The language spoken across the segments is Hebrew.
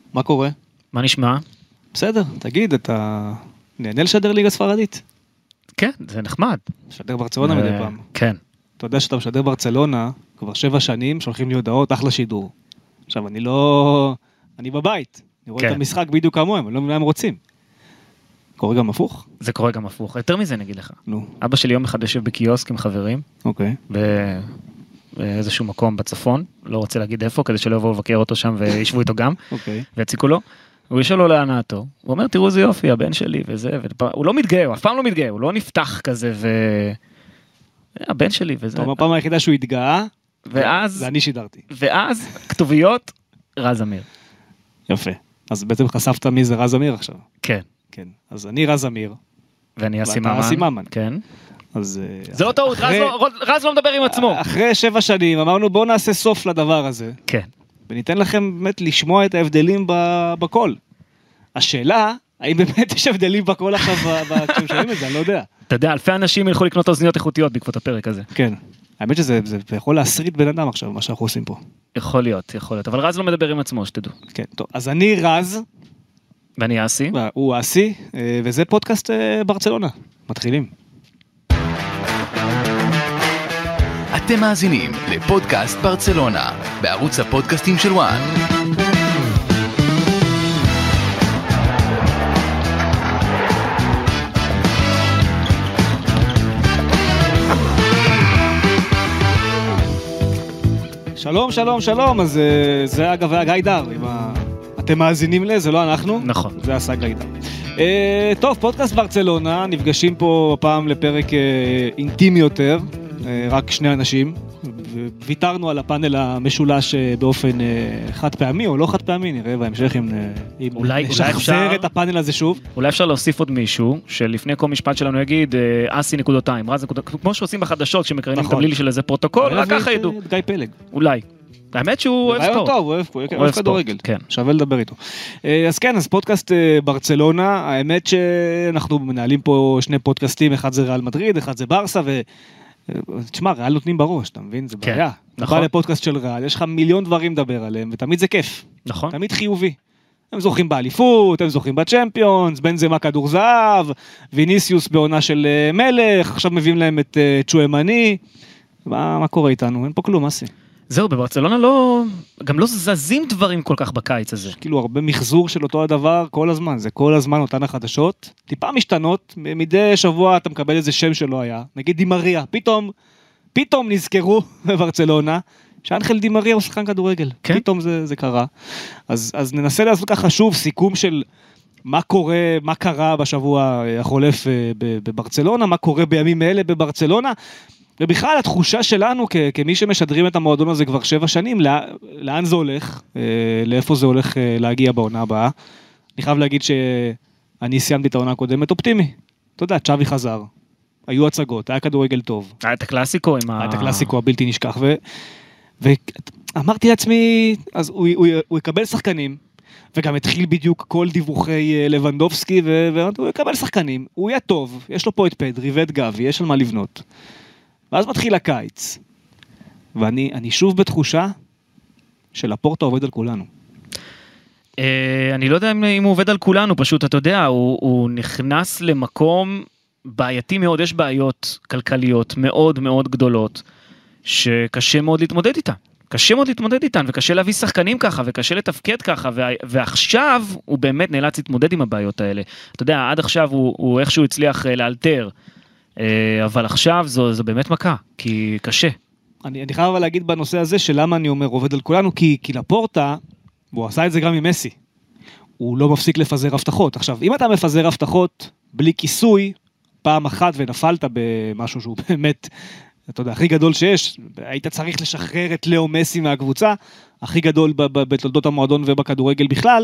מה קורה? מה נשמע? בסדר, תגיד, אתה נהנה לשדר ליגה ספרדית? כן, זה נחמד. משדר ברצלונה מדי פעם. כן. אתה יודע שאתה משדר ברצלונה, כבר 7 שנים, שולחים לי הודעות, אחלה שידור. עכשיו, אני בבית, אני רואה את המשחק בדיוק כמוהם, אני לא מבין מה הם רוצים. קורה גם הפוך? זה קורה גם הפוך, יותר מזה נגיד לך. נו. אבא שלי יום אחד יושב בקיוסק עם חברים. אוקיי. באיזשהו מקום בצפון, לא רוצה להגיד איפה, כדי שלא יבואו לבקר אותו שם וישבו איתו גם, ויציקו לו. הוא ישאל לו להנאתו, הוא אומר, תראו איזה יופי, הבן שלי וזה, הוא לא מתגאה, הוא אף פעם לא מתגאה, הוא לא נפתח כזה, הבן שלי וזה. טוב, הפעם היחידה שהוא התגאה, ואז, ואני שידרתי. ואז, כתוביות, רז אמיר. יפה. אז בעצם חשפת מי זה רז אמיר עכשיו. כן. כן. אז אני רז אמיר. ואני אסי ממן. כן. אז זה לא טעות, רז לא מדבר עם עצמו. אחרי 7 שנים אמרנו בואו נעשה סוף לדבר הזה. כן. וניתן לכם באמת לשמוע את ההבדלים בקול. השאלה, האם באמת יש הבדלים בקול עכשיו כשהם שומעים את זה, אני לא יודע. אתה יודע, אלפי אנשים ילכו לקנות אוזניות איכותיות בעקבות הפרק הזה. כן. האמת שזה יכול להסריט בן אדם עכשיו, מה שאנחנו עושים פה. יכול להיות. אבל רז לא מדבר עם עצמו, שתדעו. כן, טוב. אז אני רז. ואני אסי. הוא אסי, וזה פודקאסט ברצלונה. מתחילים. אתם מאזינים לפודקאסט ברצלונה, בערוץ הפודקאסטים של וואן. שלום, שלום, שלום. אז זה אגב היה גיידר. אתם מאזינים זה לא אנחנו. נכון. זה עשה גיידר. טוב, פודקאסט ברצלונה, נפגשים פה פעם לפרק אינטימי יותר. רק 2 אנשים, וויתרנו על הפאנל המשולש באופן חד פעמי או לא חד פעמי, נראה בהמשך אם נשחזר את הפאנל הזה שוב. אולי אפשר להוסיף עוד מישהו, שלפני כל משפט שלנו יגיד, אסי נקודותיים, רז נקודותיים, כמו שעושים בחדשות, שמקרנים תמליל של איזה פרוטוקול, רק ככה ידעו. גיא פלג. אולי. האמת שהוא אוהב ספורט. הוא אוהב כדורגל, שווה לדבר איתו. אז כן, אז פודקאסט ברצלונה, האמת שאנחנו מנהלים פה 2 פודקאסטים, אחד זה ריאל מדריד, אחד זה ברסה, תשמע, ריאל נותנים בראש, אתה מבין? זה בעיה. אתה בא לפודקאסט של ריאל, יש לך מיליון דברים לדבר עליהם, ותמיד זה כיף. נכון. תמיד חיובי. הם זוכים באליפות, הם זוכים בצ'מפיונס, בנזמה כדור זהב, ויניסיוס בעונה של מלך, עכשיו מביאים להם את צ'ואמני. מה קורה איתנו? אין פה כלום, אסי. זהו, בברצלונה גם לא זזים דברים כל כך בקיץ הזה. כאילו הרבה מחזור של אותו הדבר כל הזמן, זה כל הזמן אותן החדשות, טיפה משתנות, מדי שבוע אתה מקבל איזה שם שלא היה, נגיד דימריה, פתאום נזכרו בברצלונה, שאנחל דימריה הוא שחקן כדורגל, כן? פתאום זה קרה, אז ננסה לעשות ככה שוב סיכום של מה קרה בשבוע החולף בברצלונה, מה קורה בימים אלה בברצלונה, ובכלל התחושה שלנו כמי שמשדרים את המועדון הזה כבר 7 שנים, לאן זה הולך, לאיפה זה הולך להגיע בעונה הבאה. אני חייב להגיד שאני סיימתי את העונה הקודמת אופטימי. אתה יודע, צ'אבי חזר, היו הצגות, היה כדורגל טוב. היה את הקלאסיקו היה את הקלאסיקו הבלתי נשכח, ואמרתי לעצמי, אז הוא יקבל שחקנים, וגם התחיל בדיוק כל דיווחי לבנדובסקי, והוא יקבל שחקנים, הוא יהיה טוב, יש לו פה את פדרי ואת גבי, יש על מה לבנות. ואז מתחיל הקיץ, ואני שוב בתחושה של הפורטה עובד על כולנו. אני לא יודע אם הוא עובד על כולנו, פשוט אתה יודע, הוא נכנס למקום בעייתי מאוד, יש בעיות כלכליות מאוד מאוד גדולות, שקשה מאוד להתמודד איתן. קשה מאוד להתמודד איתן, וקשה להביא שחקנים ככה, וקשה לתפקד ככה, ועכשיו הוא באמת נאלץ להתמודד עם הבעיות האלה. אתה יודע, עד עכשיו הוא איכשהו הצליח לאלתר, אבל עכשיו זו באמת מכה, כי קשה. אני חייב אבל להגיד בנושא הזה, שלמה אני אומר עובד על כולנו, כי לפורטה, והוא עשה את זה גם עם מסי, הוא לא מפסיק לפזר הבטחות. עכשיו, אם אתה מפזר הבטחות בלי כיסוי, פעם אחת ונפלת במשהו שהוא באמת, אתה יודע, הכי גדול שיש, היית צריך לשחרר את לאו מסי מהקבוצה, הכי גדול בתולדות המועדון ובכדורגל בכלל,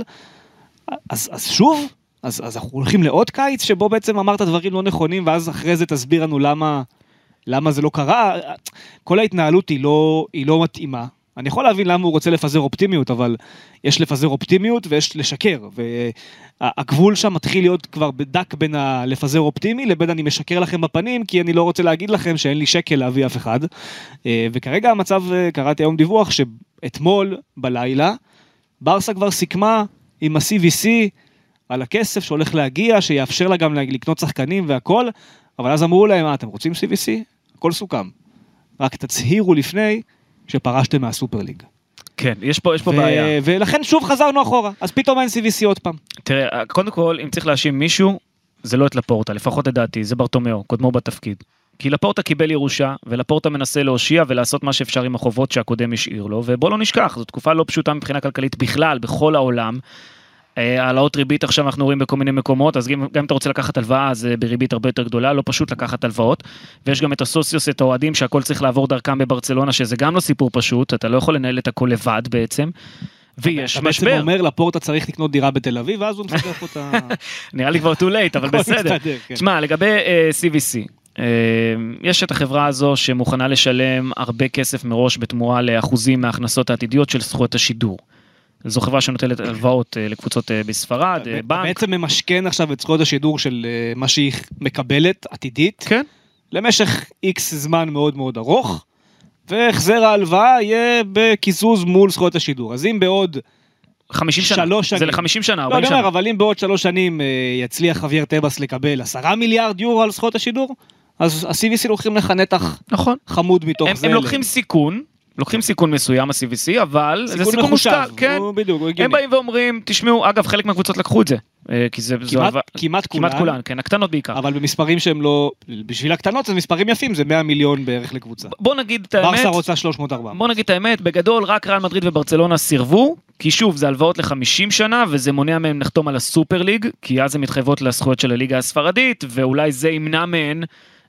אז שוב, אז אנחנו הולכים לעוד קיץ, שבו בעצם אמרת דברים לא נכונים, ואז אחרי זה תסביר לנו למה זה לא קרה. כל ההתנהלות היא לא מתאימה. אני יכול להבין למה הוא רוצה לפזר אופטימיות, אבל יש לפזר אופטימיות ויש לשקר, והגבול שם מתחיל להיות כבר בדק בין לפזר אופטימי, לבין אני משקר לכם בפנים, כי אני לא רוצה להגיד לכם שאין לי שקל להביא אף אחד. וכרגע המצב, קראתי היום דיווח, שאתמול בלילה, ברסה כבר סיכמה עם ה-CVC על הכסף שהולך להגיע, שיאפשר לה גם לקנות שחקנים והכל, אבל אז אמרו להם, אתם רוצים CVC? הכל סוכם. רק תצהירו לפני שפרשתם מהסופר ליג. כן, יש פה בעיה. ולכן שוב חזרנו אחורה, אז פתאום אין CVC עוד פעם. תראה, קודם כל, אם צריך להאשים מישהו, זה לא את לפורטה, לפחות לדעתי, זה ברטומיאו, קודמו בתפקיד. כי לפורטה קיבל ירושה, ולפורטה מנסה להושיע ולעשות מה שאפשר עם החובות שהקודם השאיר לו, ובוא לא נשכח, זו תקופה לא פשוטה מבחינה כלכלית בכלל, בכל העולם. העלאות ריבית עכשיו אנחנו רואים בכל מיני מקומות, אז גם אם אתה רוצה לקחת הלוואה, אז בריבית הרבה יותר גדולה, לא פשוט לקחת הלוואות, ויש גם את הסוציוס, את האוהדים, שהכל צריך לעבור דרכם בברצלונה, שזה גם לא סיפור פשוט, אתה לא יכול לנהל את הכל לבד בעצם, ויש משבר. אתה בעצם אומר, לפורטה צריך לקנות דירה בתל אביב, ואז הוא מסתכל אותה... נראה לי כבר too late, אבל בסדר. תשמע, לגבי CVC, יש את החברה הזו שמוכנה לשלם הרבה כסף מראש בתמורה לאחוזים מההכנסות העתידיות של זכויות השידור. זו חברה שנוטלת הלוואות לקבוצות בספרד, בנק. בעצם ממשכן עכשיו את זכויות השידור של מה שהיא מקבלת עתידית. כן. למשך X זמן מאוד מאוד ארוך, והחזר ההלוואה יהיה בקיזוז מול זכויות השידור. אז אם בעוד 50 שנה, זה ל-50 שנה, 40 שנה. לא, אבל אם בעוד 3 שנים יצליח חוויאר טבס לקבל 10 מיליארד יורו על זכויות השידור, אז ה-CVC לוקחים לך נתח חמוד מתוך זה. הם לוקחים סיכון מסוים, ה-CVC, אבל זה סיכון מושקע, כן. הם באים ואומרים, תשמעו, אגב, חלק מהקבוצות לקחו את זה, כי זה כמעט כולן, כן, הקטנות בעיקר. אבל במספרים שהם לא, בשביל הקטנות זה מספרים יפים, זה 100 מיליון בערך לקבוצה. בוא נגיד את האמת. ברסה רוצה 300-400. בוא נגיד את האמת, בגדול רק ריאל מדריד וברצלונה סירבו, כי שוב, זה הלוואות ל-50 שנה, וזה מונע מהם לחתום על הסופר ליג, כי אז הם מתחייבות לזכויות של הליגה הספרדית, ואולי זה ימנע מהן,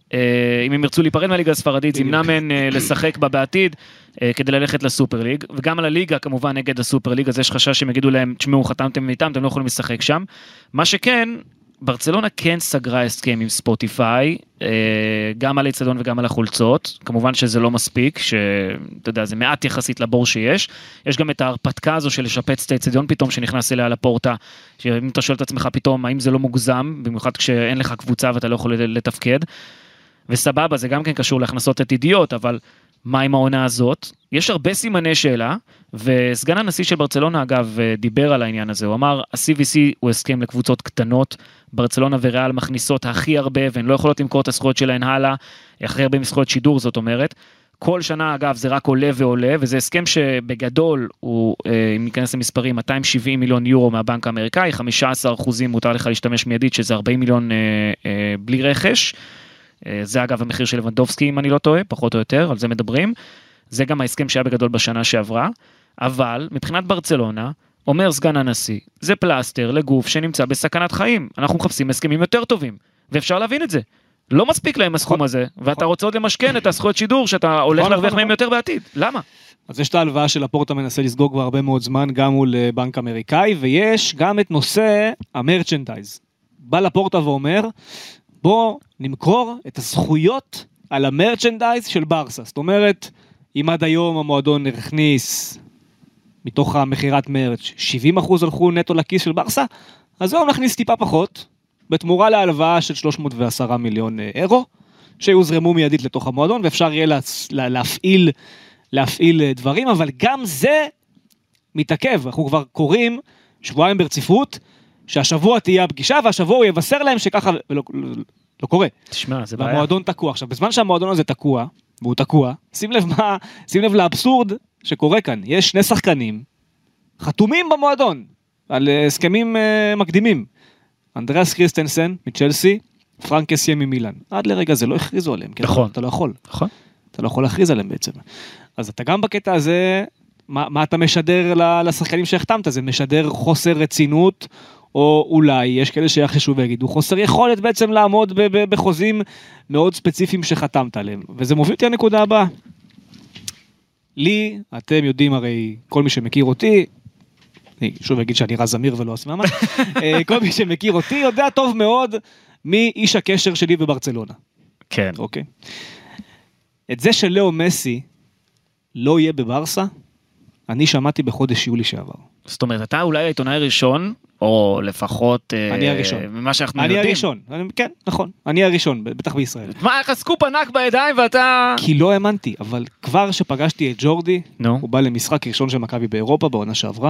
אם הם ירצו להיפרד מהליגה הספרדית, זה ימנע מהן לשחק בה בעתיד, כדי ללכת לסופר ליג, וגם על הליגה כמובן נגד הסופר ליג, אז יש חשש שהם יגידו להם, תשמעו, חתמתם איתם, אתם לא יכולים לשחק שם. מה שכן, ברצלונה כן סגרה הסכם עם ספוטיפיי, גם על האצטדיון וגם על החולצות, כמובן שזה לא מספיק, שאתה יודע, זה מעט יחסית לבור שיש, יש גם את ההרפתקה הזו של לשפץ את האצטדיון פתאום שנכנס אליה לפורטה, שאם אתה שואל את עצמך פתאום, האם זה לא מוגזם, במיוחד כשאין לך קבוצה ואתה לא יכול לתפקד, וסבבה, זה גם כן קשור להכנסות עתידיות, אבל מה עם העונה הזאת? יש הרבה סימני שאלה, וסגן הנשיא של ברצלונה, אגב, דיבר על העניין הזה, הוא אמר, ה-CVC הוא הסכם לקבוצות קטנות, ברצלונה וריאל מכניסות הכי הרבה, והן לא יכולות למכור את הזכויות שלהן הלאה, הכי הרבה מזכויות שידור, זאת אומרת, כל שנה, אגב, זה רק עולה ועולה, וזה הסכם שבגדול, הוא, אם ניכנס למספרים, 270 מיליון יורו מהבנק האמריקאי, 15% מותר לך להשתמש מיידית, שזה 40 מיליון בלי רכש, זה אגב המחיר של לבנדובסקי, אם אני לא טועה, פחות או יותר, על זה מדברים. זה גם ההסכם שהיה בגדול בשנה שעברה, אבל מבחינת ברצלונה, אומר סגן הנשיא, זה פלסטר לגוף שנמצא בסכנת חיים. אנחנו מחפשים הסכמים יותר טובים, ואפשר להבין את זה. לא מספיק להם הסכום הזה, ואתה רוצה עוד למשכן את הזכויות שידור, שאתה הולך להרוויח מהם יותר בעתיד. למה? אז יש את ההלוואה של לפורטה מנסה לסגור כבר הרבה מאוד זמן, גם מול בנק אמריקאי, ויש גם את נושא המרצ'נדייז. בא לפורטה ואומר, בוא נמכור את הזכויות על המרצ'נדייז של ברסה. זאת אומרת, אם עד היום המועדון הכניס מתוך המחירת מרצ' 70% הלכו נטו לכיס של ברסה, אז היום נכניס טיפה פחות, בתמורה להלוואה של 310 מיליון אירו, שיוזרמו מיידית לתוך המועדון, ואפשר יהיה להפעיל דברים, אבל גם זה מתעכב. אנחנו כבר קוראים שבועיים ברציפות, שהשבוע תהיה הפגישה, והשבוע הוא יבשר להם שככה, לא קורה. תשמע, זה בעיה. והמועדון תקוע. עכשיו, בזמן שהמועדון הזה תקוע, והוא תקוע, שים לב לאבסורד שקורה כאן. יש 2 שחקנים, חתומים במועדון, על הסכמים מקדימים. אנדריאס קריסטנסן מצ'לסי, פרנק קסיה ממילאן. עד לרגע זה לא הכריזו עליהם. נכון. אתה לא יכול. נכון. אתה לא יכול להכריז עליהם בעצם. אז אתה גם בקטע הזה, מה אתה משדר לשחקנים שהחתמת? זה משדר חוסר רצינות, או אולי יש כאלה שיחשו ויגידו, חוסר יכולת בעצם לעמוד בחוזים מאוד ספציפיים שחתמת עליהם. וזה מוביל אותי לנקודה הבאה. לי, אתם יודעים הרי, כל מי שמכיר אותי, אני שוב אגיד שאני רז אמיר ולא אסמאמה, כל מי שמכיר אותי יודע טוב מאוד מי איש הקשר שלי בברצלונה. כן. אוקיי. את זה שלאו מסי לא יהיה בברסה, אני שמעתי בחודש יולי שעבר. זאת אומרת, אתה אולי העיתונאי הראשון, או לפחות אני הראשון. ממה שאנחנו יודעים. אני הראשון, כן, נכון. אני הראשון, בטח בישראל. מה, איך הסקופ ענק בידיים ואתה... כי לא האמנתי, אבל כבר שפגשתי את ג'ורדי, הוא בא למשחק ראשון של מכבי באירופה, בעונה שעברה,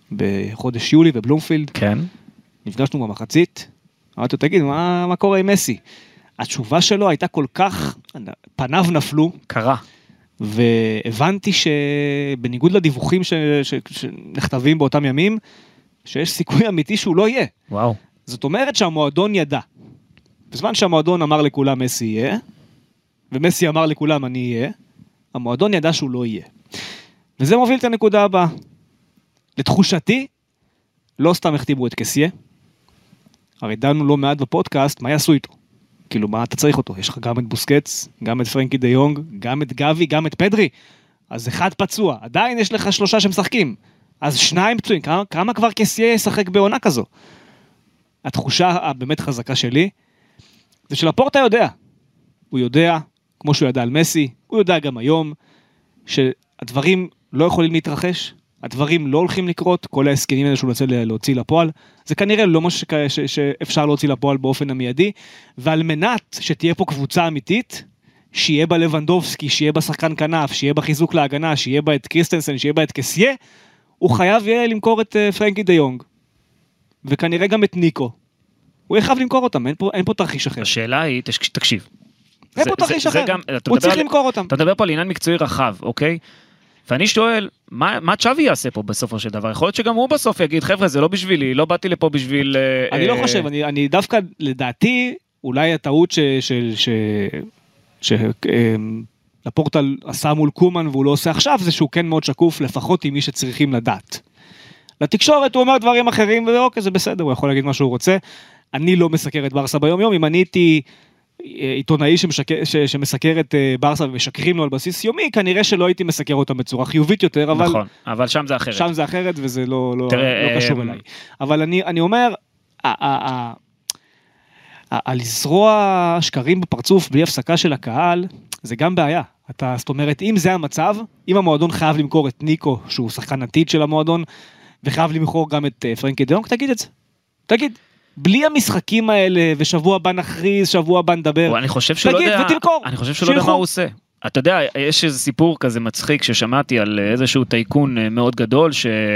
בחודש יולי בבלומפילד. כן. נפגשנו במחצית, אמרתי לו, תגיד, מה קורה עם מסי? התשובה שלו הייתה כל כך, פניו נפלו. קרה. והבנתי שבניגוד לדיווחים שנכתבים באותם ימים, שיש סיכוי אמיתי שהוא לא יהיה. וואו. זאת אומרת שהמועדון ידע. בזמן שהמועדון אמר לכולם מסי יהיה, ומסי אמר לכולם אני אהיה, המועדון ידע שהוא לא יהיה. וזה מוביל את הנקודה הבאה. לתחושתי, לא סתם הכתיבו את קסיה, הרי דנו לא מעט בפודקאסט, מה יעשו איתו? כאילו, מה אתה צריך אותו? יש לך גם את בוסקץ, גם את פרנקי דה יונג, גם את גבי, גם את פדרי. אז אחד פצוע, עדיין יש לך 3 שמשחקים. אז 2 פצועים, כמה כבר קסיה ישחק בעונה כזו? התחושה הבאמת חזקה שלי, זה שלפורטה יודע. הוא יודע, כמו שהוא ידע על מסי, הוא יודע גם היום, שהדברים לא יכולים להתרחש, הדברים לא הולכים לקרות, כל ההסכמים האלה שהוא רוצה להוציא לפועל, זה כנראה לא משהו שאפשר להוציא לפועל באופן המיידי, ועל מנת שתהיה פה קבוצה אמיתית, שיהיה בה לבנדובסקי, שיהיה בה שחקן כנף, שיהיה בה חיזוק להגנה, שיהיה בה את קריסטנסן, שיהיה בה את קסיה, הוא חייב יהיה למכור את פרנקי דה יונג, וכנראה גם את ניקו. הוא יחייב למכור אותם, אין פה תרחיש אחר. השאלה היא, תקשיב. אין פה תרחיש אחר, הוא צריך למכור אותם. אתה מדבר פה על עניין מקצועי רחב, אוקיי? ואני שואל, מה צ'אבי יעשה פה בסופו של דבר? יכול להיות שגם הוא בסוף יגיד, חבר'ה, זה לא בשבילי, לא באתי לפה בשביל... אני לא חושב, אני דווקא, לדעתי, אולי הטעות שלפורטה עשה מול קומן והוא לא עושה עכשיו, זה שהוא כן מאוד שקוף, לפחות עם מי שצריכים לדעת. לתקשורת הוא אומר דברים אחרים, ואוקיי, זה בסדר, הוא יכול להגיד מה שהוא רוצה. אני לא מסקר את ברסה ביום יום, אם אני הייתי עיתונאי שמסקר את ברסה ומשקרים לו על בסיס יומי, כנראה שלא הייתי מסקר אותם בצורה חיובית יותר, אבל... נכון, אבל שם זה אחרת. שם זה אחרת וזה לא קשור אליי. אבל אני אומר, לזרוע שקרים בפרצוף בלי הפסקה של הקהל, זה גם בעיה. זאת אומרת, אם זה המצב, אם המועדון חייב למכור את ניקו, שהוא שחקן עתיד של המועדון, וחייב למכור גם את פרנקי דה יונג, תגיד את זה. תגיד. בלי המשחקים האלה, ושבוע הבא נכריז, שבוע הבא נדבר. אני חושב שלא יודע, אני חושב שלא יודע מה הוא עושה. אתה יודע, יש איזה סיפור כזה מצחיק ששמעתי על איזשהו טייקון מאוד גדול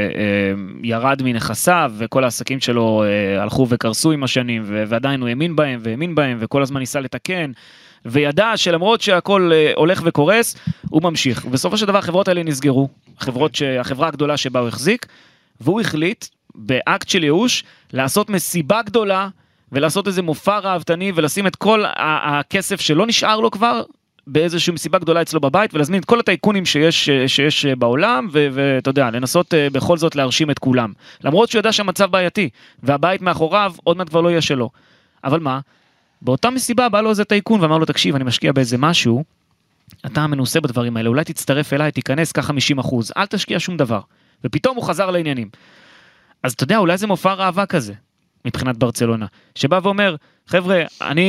שירד מנכסיו וכל העסקים שלו הלכו וקרסו עם השנים ועדיין הוא האמין בהם וכל הזמן ניסה לתקן וידע שלמרות שהכל הולך וקורס הוא ממשיך. ובסופו של דבר החברות האלה נסגרו, החברה הגדולה שבה הוא החזיק והוא החליט באקט של ייאוש לעשות מסיבה גדולה ולעשות איזה מופע רעבתני ולשים את כל הכסף שלא נשאר לו כבר באיזושהי מסיבה גדולה אצלו בבית, ולהזמין את כל הטייקונים שיש בעולם, ואתה יודע, לנסות בכל זאת להרשים את כולם. למרות שהוא ידע שהמצב בעייתי, והבית מאחוריו עוד מעט כבר לא יהיה שלו. אבל מה? באותה מסיבה בא לו איזה טייקון, ואמר לו, תקשיב, אני משקיע באיזה משהו, אתה מנוסה בדברים האלה, אולי תצטרף אליי, תיכנס ככה 50%, אל תשקיע שום דבר. ופתאום הוא חזר לעניינים. אז אתה יודע, אולי זה מופע ראווה כזה, מבחינת ברצלונה, שבא ואומר, חבר'ה,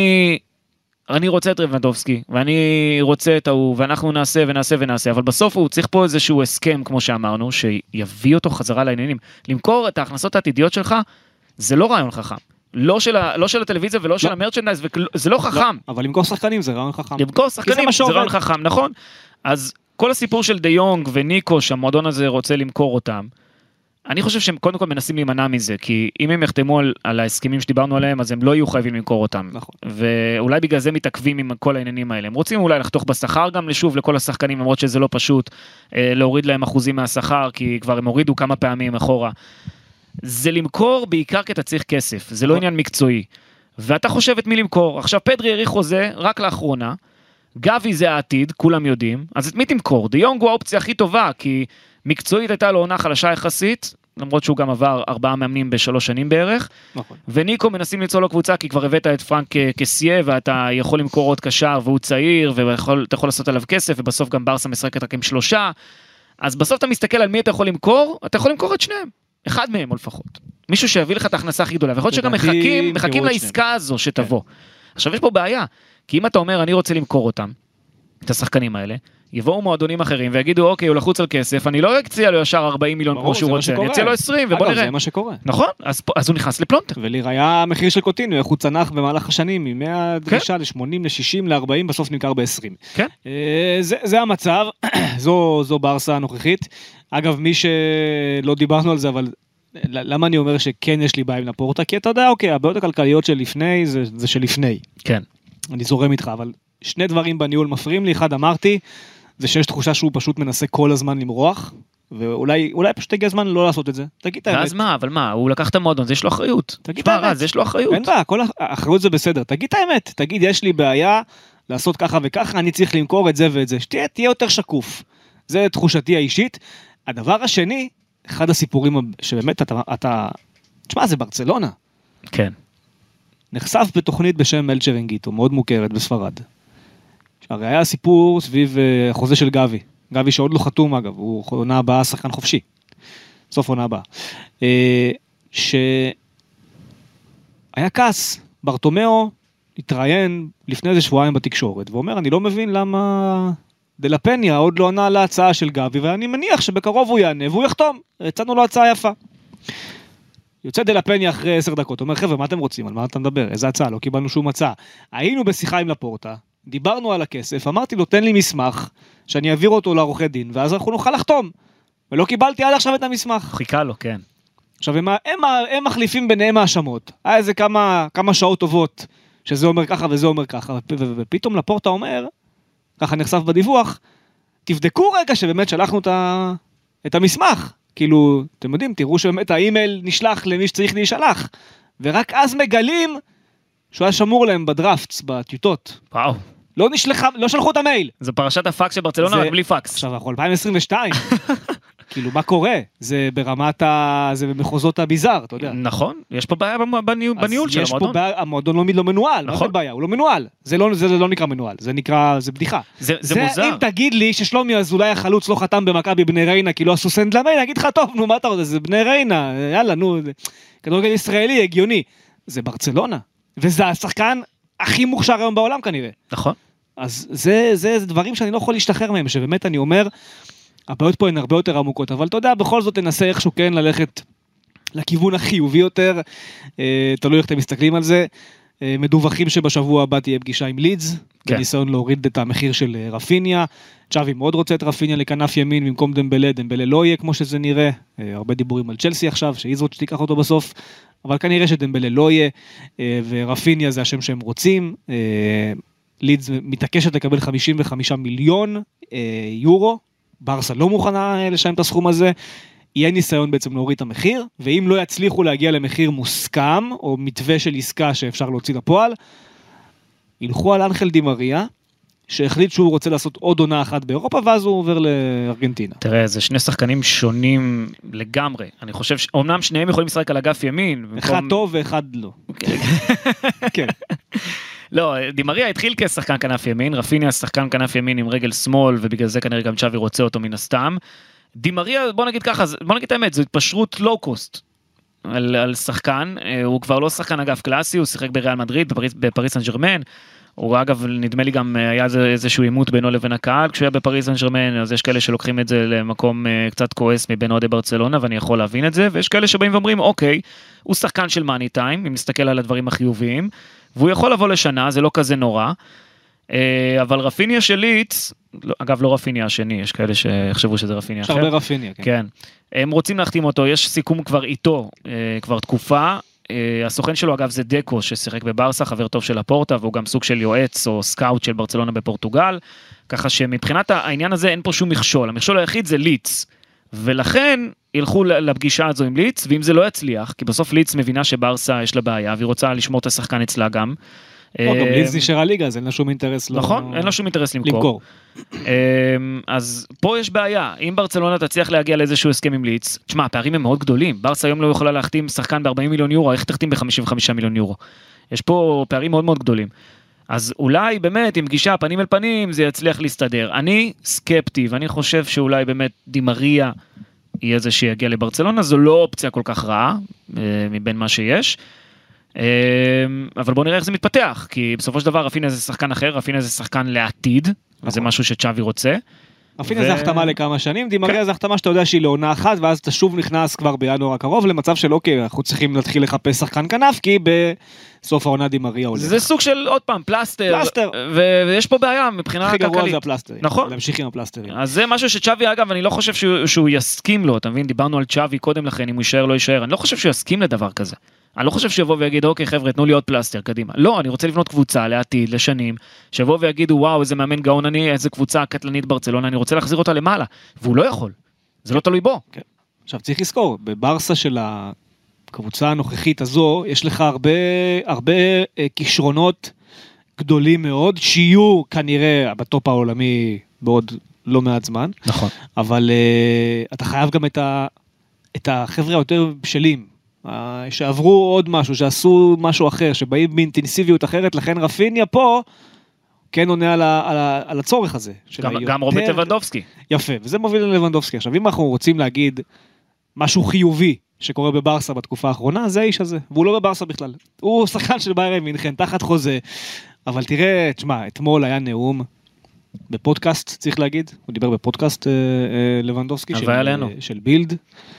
אני רוצה את לבנדובסקי, ואני רוצה את ההוא, ואנחנו נעשה ונעשה ונעשה, אבל בסוף הוא צריך פה איזשהו הסכם, כמו שאמרנו, שיביא אותו חזרה לעניינים. למכור את ההכנסות העתידיות שלך, זה לא רעיון חכם. לא של הטלוויזיה ולא של המרצ'נדייז, זה לא חכם. אבל למכור שחקנים זה רעיון חכם. למכור שחקנים זה רעיון חכם, נכון? אז כל הסיפור של דה יונג וניקו, שהמועדון הזה רוצה למכור אותם, אני חושב שהם קודם כל מנסים להימנע מזה, כי אם הם יחתמו על ההסכמים שדיברנו עליהם, אז הם לא יהיו חייבים למכור אותם. נכון. ואולי בגלל זה מתעכבים עם כל העניינים האלה. הם רוצים אולי לחתוך בשכר גם לשוב לכל השחקנים, למרות שזה לא פשוט להוריד להם אחוזים מהשכר, כי כבר הם הורידו כמה פעמים אחורה. זה למכור בעיקר כי אתה צריך כסף, זה לא עניין מקצועי. ואתה חושב את מי למכור. עכשיו פדרי העריך חוזה רק לאחרונה, גבי זה העתיד, כולם יודעים, אז את מי תמכור? דה יונג הוא האופציה הכי טובה, כי מקצועית הייתה לו עונה חלשה יחסית, למרות שהוא גם עבר 4 מאמנים ב3 שנים בערך, נכון. וניקו מנסים ליצור לו קבוצה, כי כבר הבאת את פרנק קסיה, ואתה יכול למכור עוד קשר, והוא צעיר, ואתה יכול לעשות עליו כסף, ובסוף גם ברסה משחקת רק עם 3, אז בסוף אתה מסתכל על מי אתה יכול למכור, אתה יכול למכור את שניהם, אחד מהם או לפחות, מישהו שיביא לך את ההכנסה הכי גדולה, ויכול להיות שגם מחכים לעסקה הזו שתבוא. עכשיו יש פה בעיה, כי אם אתה אומר אני רוצה למכור אותם, את השחקנים האלה, יבואו מועדונים אחרים ויגידו, אוקיי, הוא לחוץ על כסף, אני לא אקציע לו ישר 40 מיליון כמו שהוא רוצה, אני אקציע לו 20 ובוא נראה. זה מה שקורה. נכון, אז הוא נכנס לפלונטר. ולראיה המחיר של קוטינו, איך הוא צנח במהלך השנים, מ-100 דרישה ל-80, ל-60, ל-40, בסוף נמכר ב-20. כן. זה המצב, זו ברסה הנוכחית. אגב, מי שלא דיברנו על זה, אבל למה אני אומר שכן יש לי בעיה עם לפורטה? כי אתה יודע, אוקיי, הבעיות הכלכליות של לפני זה שלפני. כן. אני זורם איתך, אבל שני דברים בניהול מפריעים לי. אחד אמרתי, זה שיש תחושה שהוא פשוט מנסה כל הזמן למרוח, ואולי פשוט הגיע הזמן לא לעשות את זה. תגיד את האמת. ואז מה? אבל מה? הוא לקח את המועדון, זה יש לו אחריות. תגיד את האמת. יש לו אחריות. אין בעיה, כל האחריות זה בסדר. תגיד את האמת. תגיד, יש לי בעיה לעשות ככה וככה, אני צריך למכור את זה ואת זה. תהיה יותר שקוף. זה תחושתי האישית. הדבר השני, אחד הסיפורים שבאמת תשמע, זה ברצלונה. כן. נחשף בתוכנית בשם אל צ'רנגיטו, מאוד מוכרת בספרד. הרי היה סיפור סביב החוזה של גבי. גבי שעוד לא חתום אגב, הוא עונה הבאה שחקן חופשי. סוף עונה הבאה. שהיה כעס. ברטומאו התראיין לפני איזה שבועיים בתקשורת, ואומר, אני לא מבין למה דלפניה עוד לא ענה להצעה של גבי, ואני מניח שבקרוב הוא יענה, והוא יחתום. הצענו לו הצעה יפה. יוצא דלפניה אחרי 10 דקות, אומר, חבר'ה, מה אתם רוצים? על מה אתה מדבר? איזה הצעה? לא קיבלנו שום הצעה. היינו בשיחה עם לפורטה, דיברנו על הכסף, אמרתי לו, תן לי מסמך, שאני אעביר אותו לעורכי דין, ואז אנחנו נוכל לחתום. ולא קיבלתי עד עכשיו את המסמך. חיכה לו, כן. עכשיו, הם מחליפים ביניהם האשמות. היה איזה כמה שעות טובות, שזה אומר ככה וזה אומר ככה, ופתאום לפורטה אומר, ככה נחשף בדיווח, תבדקו רגע שבאמת שלחנו את המסמך. כאילו, אתם יודעים, תראו שבאמת האימייל נשלח למי שצריך להישלח, ורק אז מגלים שהוא היה שמור להם בדראפטס, בטיוטות. וואו. לא שלחו את המייל. זו פרשת הפקס של ברצלונה, רק בלי פקס. עכשיו, אנחנו 2022. כאילו, מה קורה? זה ברמת זה במחוזות הביזר, אתה יודע. נכון, יש פה בעיה בניהול של המועדון. יש פה בעיה, המועדון לא מנוהל. נכון. מה בעיה? הוא לא מנוהל. זה לא נקרא מנוהל, זה בדיחה. זה מוזר. אם תגיד לי ששלומי אזולאי החלוץ לא חתם במכבי בני ריינה, כי לא עשו סנדלמי, אני אגיד לך, טוב, נו, מה אתה רוצה? זה בני ריינה, יאללה, נו, כדורגל ישראלי, הגיוני. זה ברצלונה. וזה השחקן הכי מוכשר היום בעולם כנראה. נכון. אז זה דברים שאני לא יכול להשתחרר מהם, שבאמת אני אומר, הבעיות פה הן הרבה יותר עמוקות, אבל אתה יודע, בכל זאת תנסה איכשהו כן ללכת לכיוון החיובי יותר, תלוי איך אתם מסתכלים על זה, מדווחים שבשבוע הבא תהיה פגישה עם לידס, כן. בניסיון להוריד את המחיר של רפיניה, צ'אבי מאוד רוצה את רפיניה לכנף ימין, במקום דמבלה, דמבלה לא יהיה כמו שזה נראה, הרבה דיבורים על צ'לסי עכשיו, שאיזרות שתיקח אותו בסוף, אבל כנראה שדמבלה לא יהיה, ורפיניה זה השם שהם רוצים, לידס מתעקשת לקבל 55 מיליון יורו, ברסה לא מוכנה לשלם את הסכום הזה, יהיה ניסיון בעצם להוריד את המחיר, ואם לא יצליחו להגיע למחיר מוסכם, או מתווה של עסקה שאפשר להוציא לפועל, ילכו על אנחל די מריה, שהחליט שהוא רוצה לעשות עוד עונה אחת באירופה, ואז הוא עובר לארגנטינה. תראה, זה שני שחקנים שונים לגמרי. אני חושב שאומנם שניהם יכולים לשחק על אגף ימין. אחד טוב ואחד לא. כן. לא, די מריה התחיל כשחקן כנף ימין, רפיניה שחקן כנף ימין עם רגל שמאל, ובגלל זה כנראה גם צ'אבי רוצה אותו מן הסתם. די מריה, בוא נגיד ככה, בוא נגיד את האמת, זו התפשרות לואו-קוסט על שחקן, הוא כבר לא שחקן אגף קלאסי, הוא שיחק בריאל מדריד, בפריס סן ז'רמן, הוא אגב, נדמה לי גם היה איזשהו עימות בינו לבין הקהל, כשהוא היה בפריס סן ז'רמן, אז יש כאלה שלוקחים את זה למקום קצת כועס מבין אוהדי ברצלונה, ואני יכול להבין את זה, ויש כאלה שבאים ואומרים, אוקיי, הוא שחקן של מאני טיים, אם נסתכל על הדברים החיוביים, והוא יכול לבוא לשנה, זה לא כזה נורא, אבל רפיניה של ליץ, אגב לא רפיניה השני, יש כאלה שיחשבו שזה רפיניה אחר. יש הרבה רפיניה, כן. כן. הם רוצים להחתים אותו, יש סיכום כבר איתו, כבר תקופה, הסוכן שלו אגב זה דקו, ששיחק בברסה, חבר טוב של לפורטה, והוא גם סוג של יועץ או סקאוט של ברצלונה בפורטוגל, ככה שמבחינת העניין הזה אין פה שום מכשול, המכשול היחיד זה ליץ, ולכן ילכו לפגישה הזו עם ליץ, ואם זה לא יצליח, כי בסוף ליץ מבינה שברסה יש לה בעיה, והיא רוצה לשמור את השחקן אצלה גם. גם ליץ נשארה ליגה, אז אין לה שום אינטרס. נכון, אין לה שום אינטרס למכור. אז פה יש בעיה, אם ברצלונה תצליח להגיע לאיזשהו הסכם עם ליץ, תשמע, הפערים הם מאוד גדולים, ברסה היום לא יכולה להחתים שחקן ב-40 מיליון יורו, איך תחתים ב-55 מיליון יורו? יש פה פערים מאוד מאוד גדולים. אז אולי באמת עם גישה פנים אל פנים זה יצליח להסתדר. אני סקפטי, ואני חושב שאולי באמת די מריה יהיה זה שיגיע לברצלונה, זו לא אופציה כל כך רעה מבין מה שיש. אבל בוא נראה איך זה מתפתח, כי בסופו של דבר רפיניה זה שחקן אחר, רפיניה זה שחקן לעתיד, וזה משהו שצ'אבי רוצה. רפיניה זה החתמה לכמה שנים, דימריה זה החתמה שאתה יודע שהיא לעונה אחת, ואז אתה שוב נכנס כבר בינואר הקרוב, למצב של אוקיי, אנחנו צריכים להתחיל לחפש שחקן כנף, כי בסוף העונה דימריה הולך. זה סוג של עוד פעם, פלסטר, ויש פה בעיה מבחינה הכי כלכלית. גרוע זה הפלסטרים, נכון. להמשיך עם הפלסטרים. אז זה משהו שצ'אבי, אגב, אני לא חושב שהוא יסכים לו, אתה מבין, דיברנו על צ'אבי קודם לכן, אם הוא יישאר לא יישאר, אני לא חושב שהוא יסכים לדבר כזה. אני לא חושב שיבוא ויגיד, אוקיי חבר'ה, תנו לי עוד פלסטר, קדימה. לא, אני רוצה לבנות קבוצה לעתיד, לשנים, שיבוא ויגידו, וואו, איזה מאמן גאון אני, איזה קבוצה קטלנית ברצלונה, אני רוצה להחזיר אותה למעלה, והוא לא יכול. זה לא תלוי בו. כן. עכשיו צריך לזכור, בברסה של הקבוצה הנוכחית הזו, יש לך הרבה כישרונות גדולים מאוד, שיהיו כנראה בטופ העולמי בעוד לא מעט זמן. נכון. אבל אתה חייב גם את החבר'ה היותר בשלים, שעברו עוד משהו, שעשו משהו אחר, שבאים באינטנסיביות אחרת, לכן רפיניה פה כן עונה על הצורך הזה. גם רוברט לבנדובסקי. יפה, וזה מוביל ללבנדובסקי. עכשיו, אם אנחנו רוצים להגיד משהו חיובי שקורה בברסה בתקופה האחרונה, זה האיש הזה, והוא לא בברסה בכלל. הוא שחקן של ביירן מינכן, תחת חוזה, אבל תראה, תשמע, אתמול היה נאום בפודקאסט, צריך להגיד, הוא דיבר בפודקאסט לבנדובסקי של בילד,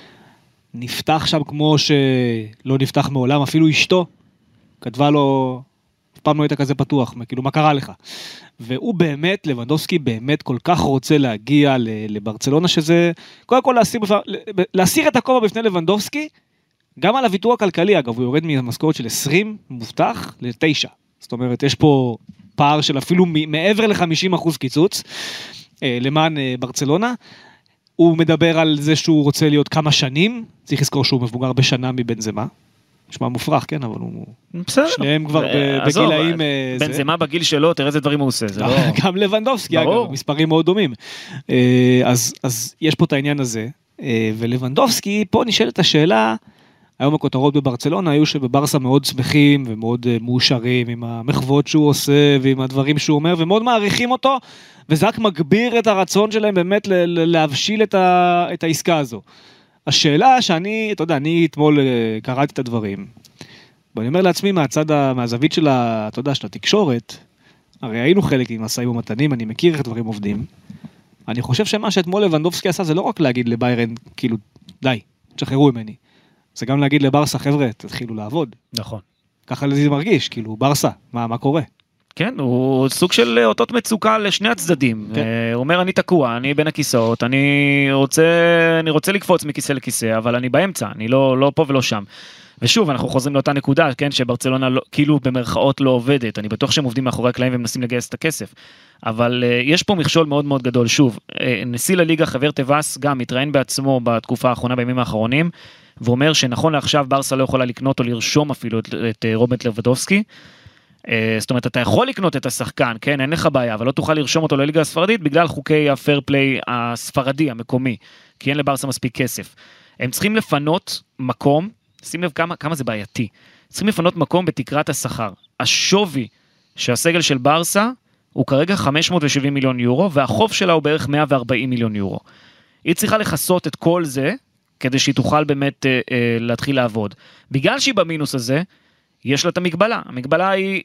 נפתח שם כמו שלא נפתח מעולם, אפילו אשתו כתבה לו, אף פעם לא היית כזה פתוח, כאילו מה קרה לך? והוא באמת, לבנדובסקי באמת כל כך רוצה להגיע לברצלונה, שזה קודם כל להסיר את הכובע בפני לבנדובסקי, גם על הוויתור הכלכלי, אגב, הוא יורד ממשכורת של 20, מובטח, ל9. זאת אומרת, יש פה פער של אפילו מעבר ל-50% קיצוץ, למען ברצלונה, הוא מדבר על זה שהוא רוצה להיות כמה שנים, צריך לזכור שהוא מבוגר בשנה מבנזמה, נשמע מופרך, כן, אבל הוא... בסדר. שניהם כבר בגילאים... בנזמה בגיל שלו, תראה איזה דברים הוא עושה. גם לבנדובסקי, אגב, מספרים מאוד דומים. אז יש פה את העניין הזה, ולבנדובסקי, פה נשאלת השאלה, היום הכותרות בברצלונה היו שבברסה מאוד שמחים ומאוד מאושרים עם המחוות שהוא עושה ועם הדברים שהוא אומר, ומאוד מעריכים אותו, וזה רק מגביר את הרצון שלהם באמת להבשיל את העסקה הזו. השאלה שאני, אתה יודע, אני אתמול קראתי את הדברים, ואני אומר לעצמי מהזווית של אתה יודע, של התקשורת, הרי היינו חלק עם משאים ומתנים, אני מכיר איך דברים עובדים, אני חושב שמה שאתמול לבנדובסקי עשה זה לא רק להגיד לביירן, כאילו, די, תשחררו ממני. זה גם להגיד לברסה, חבר'ה, תתחילו לעבוד. נכון. ככה זה מרגיש, כאילו, ברסה, מה קורה? כן, הוא סוג של אותות מצוקה לשני הצדדים. כן. הוא אומר, אני תקוע, אני בין הכיסאות, אני רוצה לקפוץ מכיסא לכיסא, אבל אני באמצע, אני לא פה ולא שם. ושוב, אנחנו חוזרים לאותה נקודה, כן, שברצלונה כאילו במרכאות לא עובדת, אני בטוח שהם עובדים מאחורי הקלעים ומנסים לגייס את הכסף, אבל יש פה מכשול מאוד מאוד גדול. שוב, נשיא לליגה, חבר טבעס, גם מתראיין בעצמו בתקופה האחרונה, בימים האחרונים, ואומר שנכון לעכשיו ברסה לא יכולה לקנות או לרשום אפילו את רוברט לבנדובסקי, זאת אומרת, אתה יכול לקנות את השחקן, כן, אין לך בעיה, אבל לא תוכל לרשום אותו לליגה הספרדית, בגלל חוקי הפייר פליי הספרדי, המקומי, כי אין לברסה מספיק כסף. הם צריכים לפנות מקום, שים לב כמה זה בעייתי, צריכים לפנות מקום בתקרת השכר. השווי שהסגל של ברסה, הוא כרגע 570 מיליון יורו, והחוב שלה הוא בערך 140 מיליון יורו. היא צריכה לחסות את כל זה, כדי שהיא תוכל באמת להתחיל לעבוד. בגלל שהיא במינוס הזה, יש לה את המגבלה. המגבלה היא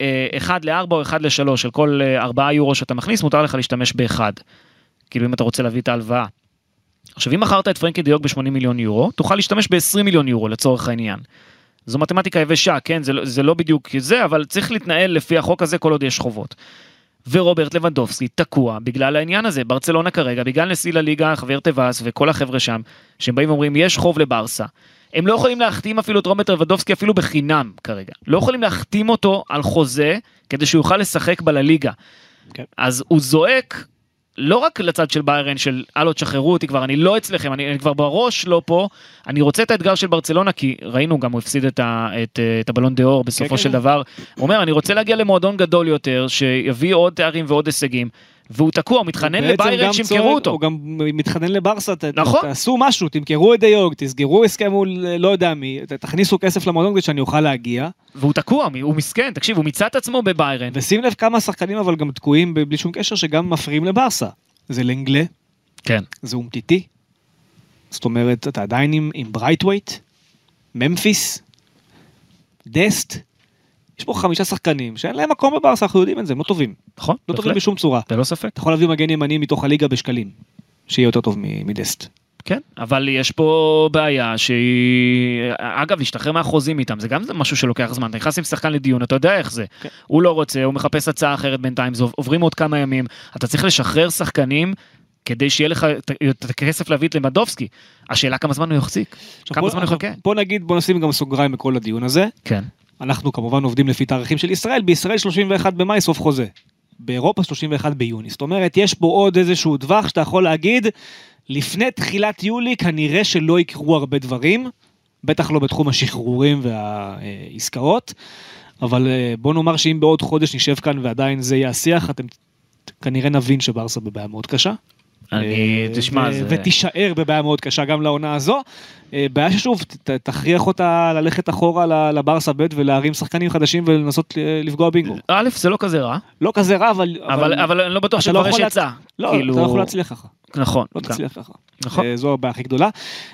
1 ל-4 או 1 ל-3, של כל 4 יורו שאתה מכניס, מותר לך להשתמש ב-1. כאילו אם אתה רוצה להביא את ההלוואה. עכשיו, אם מכרת את פרנקי דיוק ב-80 מיליון יורו, תוכל להשתמש ב-20 מיליון יורו לצורך העניין. זו מתמטיקה יבשה, כן? זה לא בדיוק זה, אבל צריך להתנהל לפי החוק הזה כל עוד יש חובות. ורוברט לבנדובסקי תקוע בגלל העניין הזה. ברצלונה כרגע, בגלל נשיא לליגה, חבר טבעס וכל החבר'ה שם, שהם באים ואומרים, יש חוב לברסה. הם לא יכולים להחתים אפילו את רוברט לבנדובסקי אפילו בחינם כרגע. לא יכולים להחתים אותו על חוזה, כדי שהוא יוכל לשחק בלליגה. Okay. אז הוא זועק, לא רק לצד של ביירן, של אלו תשחררו אותי כבר, אני לא אצלכם, אני כבר בראש לא פה, אני רוצה את האתגר של ברצלונה, כי ראינו גם הוא הפסיד את הבלון דה אור בסופו של דבר, הוא אומר, אני רוצה להגיע למועדון גדול יותר, שיביא עוד תארים ועוד הישגים, והוא תקוע, הוא מתחנן לביירן שימכרו אותו. הוא גם מתחנן לברסה, תעשו משהו, תמכרו את דיוג, תסגרו הסכם מול לא יודע מי, תכניסו כסף למועדון כדי שאני אוכל להגיע. והוא תקוע, הוא מסכן, תקשיב, הוא מצא את עצמו בביירן. ושים לב כמה שחקנים אבל גם תקועים בלי שום קשר שגם מפריעים לברסה. זה לנגלה, כן. זה אומטיטי, זאת אומרת, אתה עדיין עם ברייטווייט, ממפיס, דסט, יש פה 5 שחקנים שאין להם מקום בברסה, אנחנו יודעים את זה, הם לא טובים. נכון, לא טובים בשום צורה. ללא ספק. אתה יכול להביא מגן ימני מתוך הליגה בשקלים, שיהיה יותר טוב מדסט. כן, אבל יש פה בעיה שהיא, אגב, להשתחרר מהחוזים איתם, זה גם משהו שלוקח זמן, אתה נכנס עם שחקן לדיון, אתה יודע איך זה, כן. הוא לא רוצה, הוא מחפש הצעה אחרת בינתיים, עוברים עוד כמה ימים, אתה צריך לשחרר שחקנים, כדי שיהיה לך את הכסף להביא את למדובסקי, השאלה כמה זמן הוא יחזיק, כמה זמן הוא יחכה. בוא נשים גם סוגריים בכל הדיון הזה, כן. אנחנו כמובן עובדים לפי תאריכים של ישראל, בישראל 31 במאי סוף חוזה, באירופה 31 ביוני, זאת אומרת, יש פה עוד איזשהו טווח שאתה יכול להגיד, לפני תחילת יולי כנראה שלא יקרו הרבה דברים, בטח לא בתחום השחרורים והעסקאות, אבל בוא נאמר שאם בעוד חודש נשב כאן ועדיין זה יהיה השיח, אתם כנראה נבין שברסה בבעיה מאוד קשה. תשמע, ותישאר בבעיה מאוד קשה גם לעונה הזו, בעיה ששוב תכריח אותה ללכת אחורה לברסה ב' ולהרים שחקנים חדשים ולנסות לפגוע בינגו. א', זה לא כזה רע. לא כזה רע, אבל אני לא בטוח שכבר יש יצא. לא, אתה לא יכול להצליח ככה. נכון. לא תצליח ככה. נכון. זו הבעיה הכי גדולה.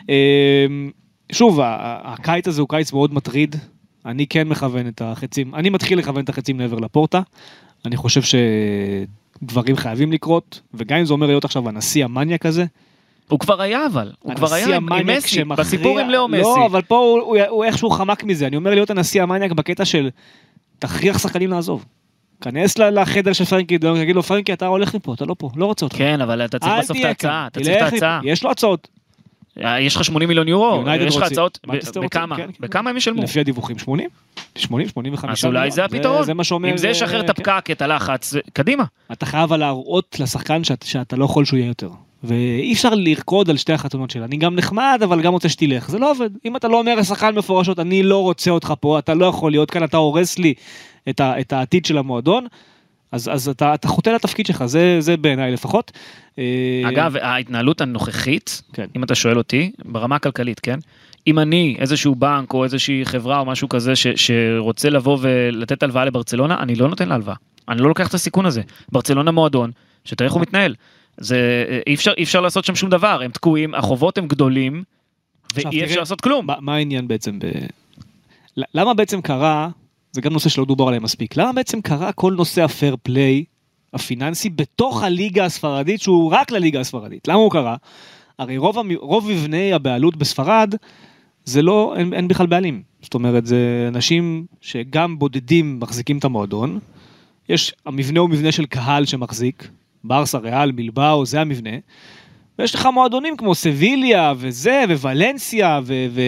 שוב, הקיץ הזה הוא קיץ מאוד מטריד, אני כן מכוון את החצים, אני מתחיל לכוון את החצים לעבר לפורטה, אני חושב שדברים חייבים לקרות, וגם אם זה אומר להיות עכשיו הנשיא המניאק הזה, הוא כבר היה אבל, הוא כבר היה עם מסי, בסיפור עם לאו מסי. לא, אבל פה הוא איכשהו חמק מזה, אני אומר להיות הנשיא המניאק בקטע של תכריח שחקנים לעזוב. כנס לחדר של פרנקי, תגיד לו פרנקי אתה הולך מפה, אתה לא פה, לא רוצה אותך. כן, אבל אתה צריך בסוף את ההצעה, אתה צריך את ההצעה. יש לו הצעות. יש לך 80 מיליון יורו, יש לך הצעות, בכמה הם ישלמו? לפי הדיווחים 80, 85. אז אולי זה הפתרון, אם זה ישחרר את הפקק, את הלחץ, קדימה. אתה חייב להראות לשחקן שאתה לא יכול שהוא יהיה יותר, ואי אפשר לרקוד על שתי החתונות שלה, אני גם נחמד אבל גם רוצה שתלך, זה לא עובד, אם אתה לא אומר לשחקן מפורשות, אני לא רוצה אותך פה, אתה לא יכול להיות כאן, אתה הורס לי את העתיד של המועדון, אז אתה חוטא לתפקיד שלך, זה בעיניי לפחות. אגב, ההתנהלות הנוכחית, כן. אם אתה שואל אותי, ברמה הכלכלית, כן? אם אני, איזשהו בנק או איזושהי חברה או משהו כזה שרוצה לבוא ולתת הלוואה לברצלונה, אני לא נותן להלוואה. אני לא לוקח את הסיכון הזה. ברצלונה מועדון, שתראה איך הוא מתנהל. אי אפשר לעשות שם שום דבר, הם תקועים, החובות הם גדולים, ואי אפשר לעשות כלום. מה העניין בעצם? למה בעצם קרה, זה גם נושא שלא דובר עליהם מספיק, למה בעצם קרה כל נושא הפייר פליי הפיננסי בתוך הליגה הספרדית, שהוא רק לליגה הספרדית? למה הוא קרה? הרי רוב מבני הבעלות בספרד, זה לא, אין בכלל בעלים. זאת אומרת, זה אנשים שגם בודדים מחזיקים את המועדון, המבנה הוא מבנה של קהל שמחזיק, ברסה, ריאל, מילבאו, זה המבנה, ויש לך מועדונים כמו סביליה וזה, וולנסיה,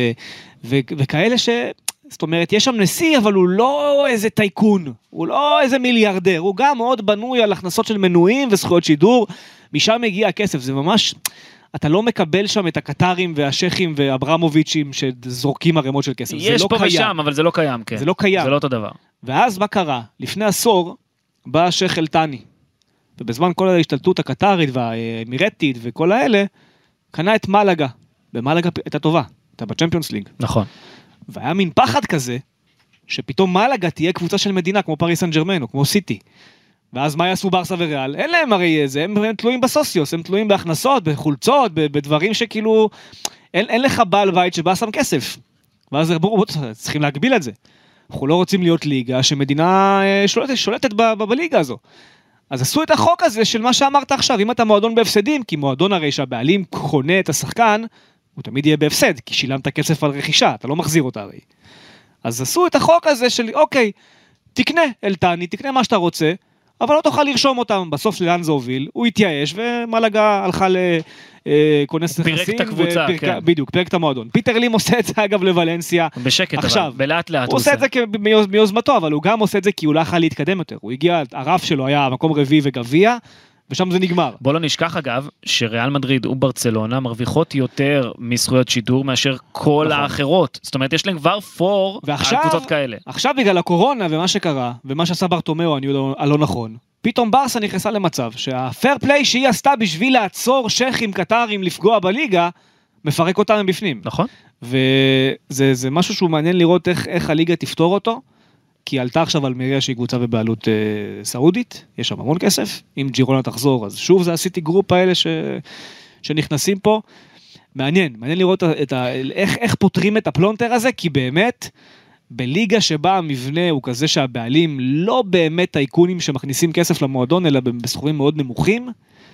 וכאלה זאת אומרת, יש שם נשיא, אבל הוא לא איזה טייקון, הוא לא איזה מיליארדר, הוא גם מאוד בנוי על הכנסות של מנויים וזכויות שידור, משם מגיע הכסף, זה ממש, אתה לא מקבל שם את הקטרים והשכים והברמוביצ'ים שזורקים הרמות של כסף, זה לא קיים. יש פה ושם, אבל זה לא קיים, כן. זה לא קיים. זה לא אותו דבר. ואז מה קרה? לפני עשור, בא השייך אל-תאני, ובזמן כל ההשתלטות הקטרית והאמירתית וכל האלה, קנה את מלאגה, במלאגה הייתה טובה, הייתה בצ'מפיונס ליג. נכון. והיה מין פחד כזה, שפתאום מלאגה תהיה קבוצה של מדינה, כמו פריס סן ז'רמן, או כמו סיטי. ואז מה יעשו ברסה וריאל? אין להם הרי איזה, הם תלויים בסוציוס, הם תלויים בהכנסות, בחולצות, בדברים שכאילו, אין לך בעל בית שבא שם כסף. ואז ברור, צריכים להגביל את זה. אנחנו לא רוצים להיות ליגה, שמדינה שולטת בליגה הזו. אז עשו את החוק הזה של מה שאמרת עכשיו, אם אתה מועדון בהפסדים, כי מועדון הרי שהבעלים קונה את השחקן, הוא תמיד יהיה בהפסד, כי שילמת כסף על רכישה, אתה לא מחזיר אותה הרי. אז עשו את החוק הזה של, אוקיי, תקנה אל-תאני, תקנה מה שאתה רוצה, אבל לא תוכל לרשום אותם, בסוף לאן זה הוביל, הוא התייאש, ומלאגה הלכה לכונס נכסים, פירק את הקבוצה, כן. בדיוק, פירק את המועדון. פיטר לים עושה את זה אגב לוולנסיה, בשקט עכשיו, אבל, בלאט לאט הוא עושה את זה מיוזמתו, אבל הוא גם עושה את זה כי הוא לא יכול להתקדם יותר, הוא הגיע, הרף שלו היה מקום רביעי וגביע, ושם זה נגמר. בוא לא נשכח אגב, שריאל מדריד וברצלונה מרוויחות יותר מזכויות שידור מאשר כל נכון. האחרות. זאת אומרת, יש להם כבר פור על קבוצות כאלה. עכשיו בגלל הקורונה ומה שקרה, ומה שעשה ברטומאו, אני יודע, הלא נכון, פתאום ברסה נכנסה למצב, שהפייר פליי שהיא עשתה בשביל לעצור שכים קטרים לפגוע בליגה, מפרק אותם מבפנים. נכון. וזה משהו שהוא מעניין לראות איך הליגה תפתור אותו, כי עלתה עכשיו על מריה שהיא קבוצה בבעלות סעודית, יש שם המון כסף, אם ג'ירונה תחזור, אז שוב זה הסיטי גרופ האלה שנכנסים פה, מעניין לראות איך פותרים את הפלונטר הזה, כי באמת, בליגה שבה המבנה הוא כזה שהבעלים לא באמת טייקונים שמכניסים כסף למועדון, אלא בסכומים מאוד נמוכים,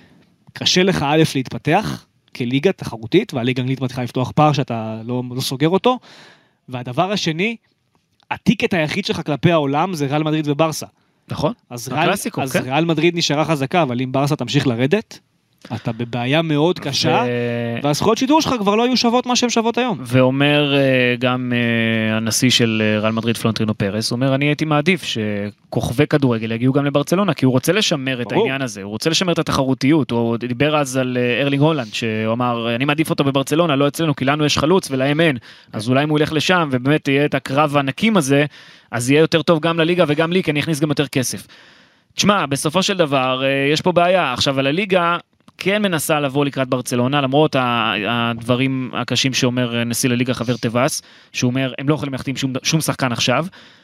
קשה לך א' להתפתח כליגה תחרותית, והליגה האנגלית מתחילה לפתוח פער שאתה לא סוגר אותו, והדבר השני, הטיקט היחיד שלך כלפי העולם זה ריאל מדריד וברסה. נכון? אז הקלאסיקו, כן. ריאל מדריד נשארה חזקה, אבל אם ברסה תמשיך לרדת, אתה בבעיה מאוד קשה, והזכויות שידור שלך כבר לא יהיו שוות מה שהן שוות היום. ואומר גם הנשיא של ריאל מדריד פלורנטינו פרס, אומר אני הייתי מעדיף שכוכבי כדורגל יגיעו גם לברצלונה, כי הוא רוצה לשמר את העניין הזה, הוא רוצה לשמר את התחרותיות, הוא דיבר אז על ארלינג הולנד, שהוא אמר אני מעדיף אותו בברצלונה, לא אצלנו, כי לנו יש חלוץ ולהם אין, אז אולי אם הוא ילך לשם ובאמת יהיה את הקרב הענקים הזה, אז יהיה יותר טוב גם לליגה וגם לי, כי אני אכניס גם יותר כסף. תשמע, בסופו של דבר יש פה בעיה, עכשיו על הליגה כן מנסה לבוא לקראת ברצלונה, למרות הדברים הקשים שאומר נשיא לליגה חבר טבעס, שהוא אומר, הם לא יכולים להחתים שום שחקן עכשיו,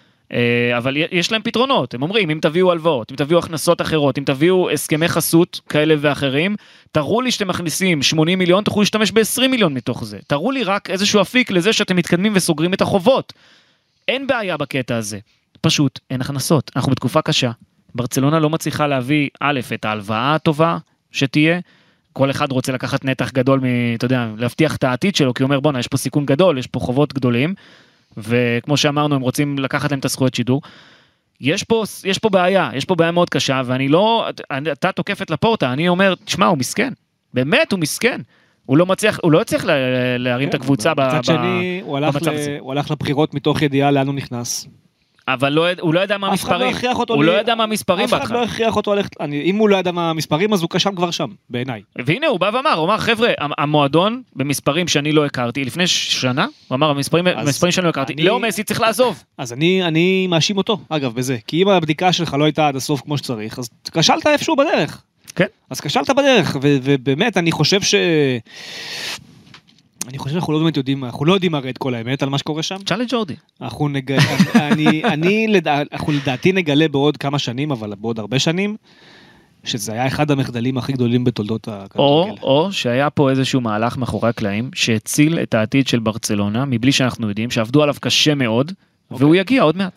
אבל יש להם פתרונות, הם אומרים, אם תביאו הלוואות, אם תביאו הכנסות אחרות, אם תביאו הסכמי חסות כאלה ואחרים, תראו לי שאתם מכניסים 80 מיליון, תוכלו להשתמש ב-20 מיליון מתוך זה, תראו לי רק איזשהו אפיק לזה שאתם מתקדמים וסוגרים את החובות, אין בעיה בקטע הזה, פשוט אין הכנסות, אנחנו בתקופה קשה, ברצלונה לא מצליחה להביא א' את ההלוואה הטובה, שתהיה, כל אחד רוצה לקחת נתח גדול, אתה יודע, להבטיח את העתיד שלו, כי הוא אומר, בונה, יש פה סיכון גדול, יש פה חובות גדולים, וכמו שאמרנו, הם רוצים לקחת להם את הזכויות שידור, יש פה בעיה מאוד קשה, ואני לא, אתה תוקף את לפורטה, אני אומר, תשמע, הוא מסכן, באמת הוא מסכן, הוא לא הצליח להרים את הקבוצה במצב שני, הוא הלך לבחירות מתוך ידיעה לאן הוא נכנס. אבל הוא לא ידע מה המספרים, הוא לא ידע מה המספרים אף אחד לא הכריח אותו ללכת, אם הוא לא ידע מה המספרים, אז הוא כשם כבר שם, בעיניי. והנה, הוא בא ואמר, חבר'ה, המועדון, במספרים שאני לא הכרתי, לפני שנה, הוא אמר, המספרים שאני לא הכרתי, לאו מסי צריך לעזוב. אז אני מאשים אותו, אגב, בזה, כי אם הבדיקה שלך לא הייתה עד הסוף כמו שצריך, אז כשלת איפשהו בדרך. כן. אז כשלת בדרך, ובאמת, אני חושב שאנחנו לא באמת יודעים, אנחנו לא יודעים הרי את כל האמת על מה שקורה שם. צ'אלה ג'ורדי. אנחנו לדעתי נגלה בעוד כמה שנים, אבל בעוד הרבה שנים, שזה היה אחד המחדלים הכי גדולים בתולדות הכדורגל. או שהיה פה איזשהו מהלך מאחורי הקלעים, שהציל את העתיד של ברצלונה, מבלי שאנחנו יודעים, שעבדו עליו קשה מאוד, והוא יגיע עוד מעט.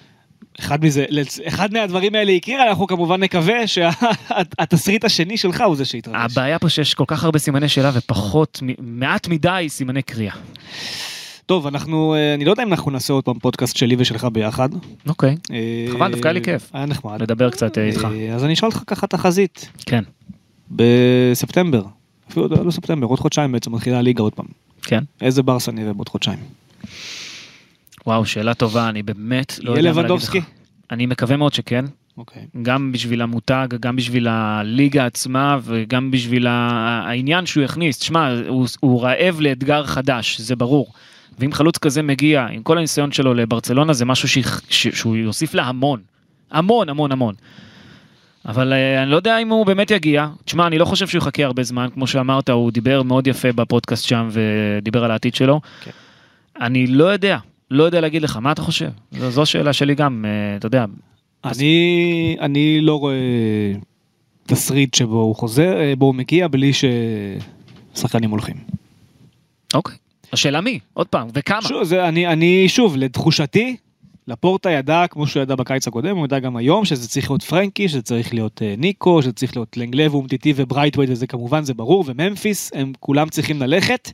אחד מהדברים האלה יקרה, אנחנו כמובן נקווה שהתסריט השני שלך הוא זה שיתרגש. הבעיה פה שיש כל כך הרבה סימני שאלה ופחות, מעט מדי סימני קריאה. טוב, אני לא יודע אם אנחנו נעשה עוד פעם פודקאסט שלי ושלך ביחד. אוקיי, חבל, דווקא היה לי כיף. היה נחמד. לדבר קצת איתך. אז אני אשאל אותך ככה תחזית. כן. בספטמבר, אפילו לא ספטמבר, עוד חודשיים בעצם מתחילה הליגה עוד פעם. כן. איזה ברסה נראה בעוד חודשיים? וואו, שאלה טובה, אני באמת לא יודע מה להגיד לך. אני מקווה מאוד שכן. אוקיי. גם בשביל המותג, גם בשביל הליגה עצמה, וגם בשביל העניין שהוא יכניס. תשמע, הוא רעב לאתגר חדש, זה ברור. ואם חלוץ כזה מגיע, עם כל הניסיון שלו לברצלונה, זה משהו שהוא יוסיף לה המון. המון, המון, המון. אבל אני לא יודע אם הוא באמת יגיע. תשמע, אני לא חושב שהוא יחכה הרבה זמן. כמו שאמרת, הוא דיבר מאוד יפה בפודקאסט שם, ודיבר על העתיד שלו. כן. אני לא יודע להגיד לך, מה אתה חושב? זו שאלה שלי גם, אתה יודע. אני לא רואה תסריט שבו הוא חוזר, בו הוא מגיע בלי ששחקנים הולכים. אוקיי. השאלה מי? עוד פעם, וכמה? שוב, לתחושתי, לפורטה ידע, כמו שהוא ידע בקיץ הקודם, הוא ידע גם היום, שזה צריך להיות פרנקי, שזה צריך להיות ניקו, שזה צריך להיות לנגלב ומטיטי וברייטווייד, וזה כמובן זה ברור, וממפיס, הם כולם צריכים ללכת,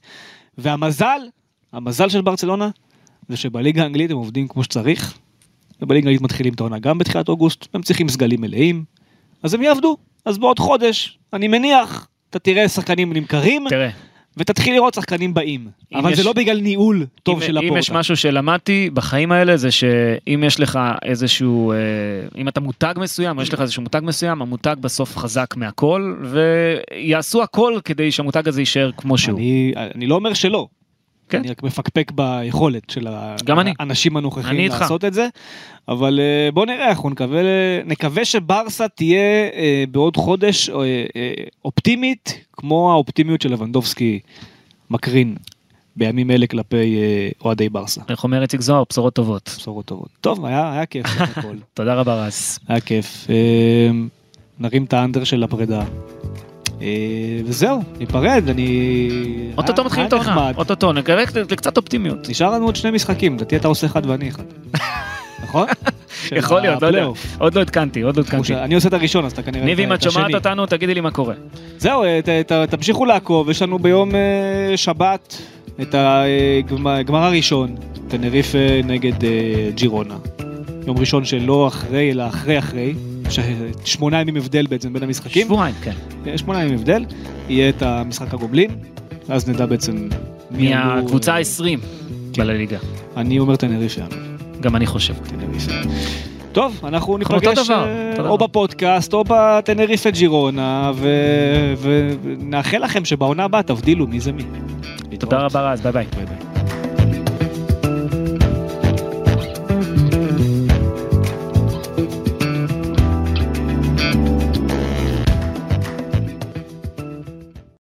והמזל של ברצלונה, זה שבליגה האנגלית הם עובדים כמו שצריך, ובליגה האנגלית מתחילים את העונה גם בתחילת אוגוסט, הם צריכים סגלים מלאים, אז הם יעבדו, אז בעוד חודש, אני מניח, אתה תראה שחקנים נמכרים, ותתחיל לראות שחקנים באים, אבל זה לא בגלל ניהול טוב של הפורטה. אם יש משהו שלמדתי בחיים האלה, זה שאם יש לך איזשהו, אם אתה מותג מסוים, או יש לך איזשהו מותג מסוים, המותג בסוף חזק מהכל, ויעשו הכל כדי שהמותג הזה יישאר כמו שהוא. אני לא אומר שלא, אני רק מפקפק ביכולת של האנשים הנוכחים לעשות את זה, אבל בוא נראה, אנחנו נקווה שברסה תהיה בעוד חודש אופטימית, כמו האופטימיות של לבנדובסקי מקרין בימים אלה כלפי אוהדי ברסה. איך אומר איציק זוהר, בשורות טובות. בשורות טובות. טוב, היה כיף. תודה רבה רז. היה כיף. נרים את האנדר של הפרידה. וזהו, ניפרד, אוטוטו מתחילים את העונה, אוטוטו, נקרא לקצת אופטימיות. נשאר לנו עוד 2 משחקים, דעתי אתה עושה 1 ואני 1. נכון? יכול להיות, עוד לא התקנתי. אני עושה את הראשון, אז אתה כנראה ניבי, אם את שומעת אותנו, תגידי לי מה קורה. זהו, תמשיכו לעקוב, יש לנו ביום שבת את הגמר הראשון, טנריפה נגד ג'ירונה. יום ראשון שלא אחרי, אלא אחרי. 8 ימים הבדל בעצם בין המשחקים. 7, כן. 8 ימים הבדל, יהיה את המשחק הגובלין, אז נדע בעצם מהקבוצה ה-20 בליגה. אני אומר טנריפה. גם אני חושב. טנריפה. טוב, אנחנו ניפגש או בפודקאסט או בטנריפה ג'ירונה, ונאחל לכם שבעונה הבאה תבדילו מי זה מי. תודה רבה רז, ביי ביי.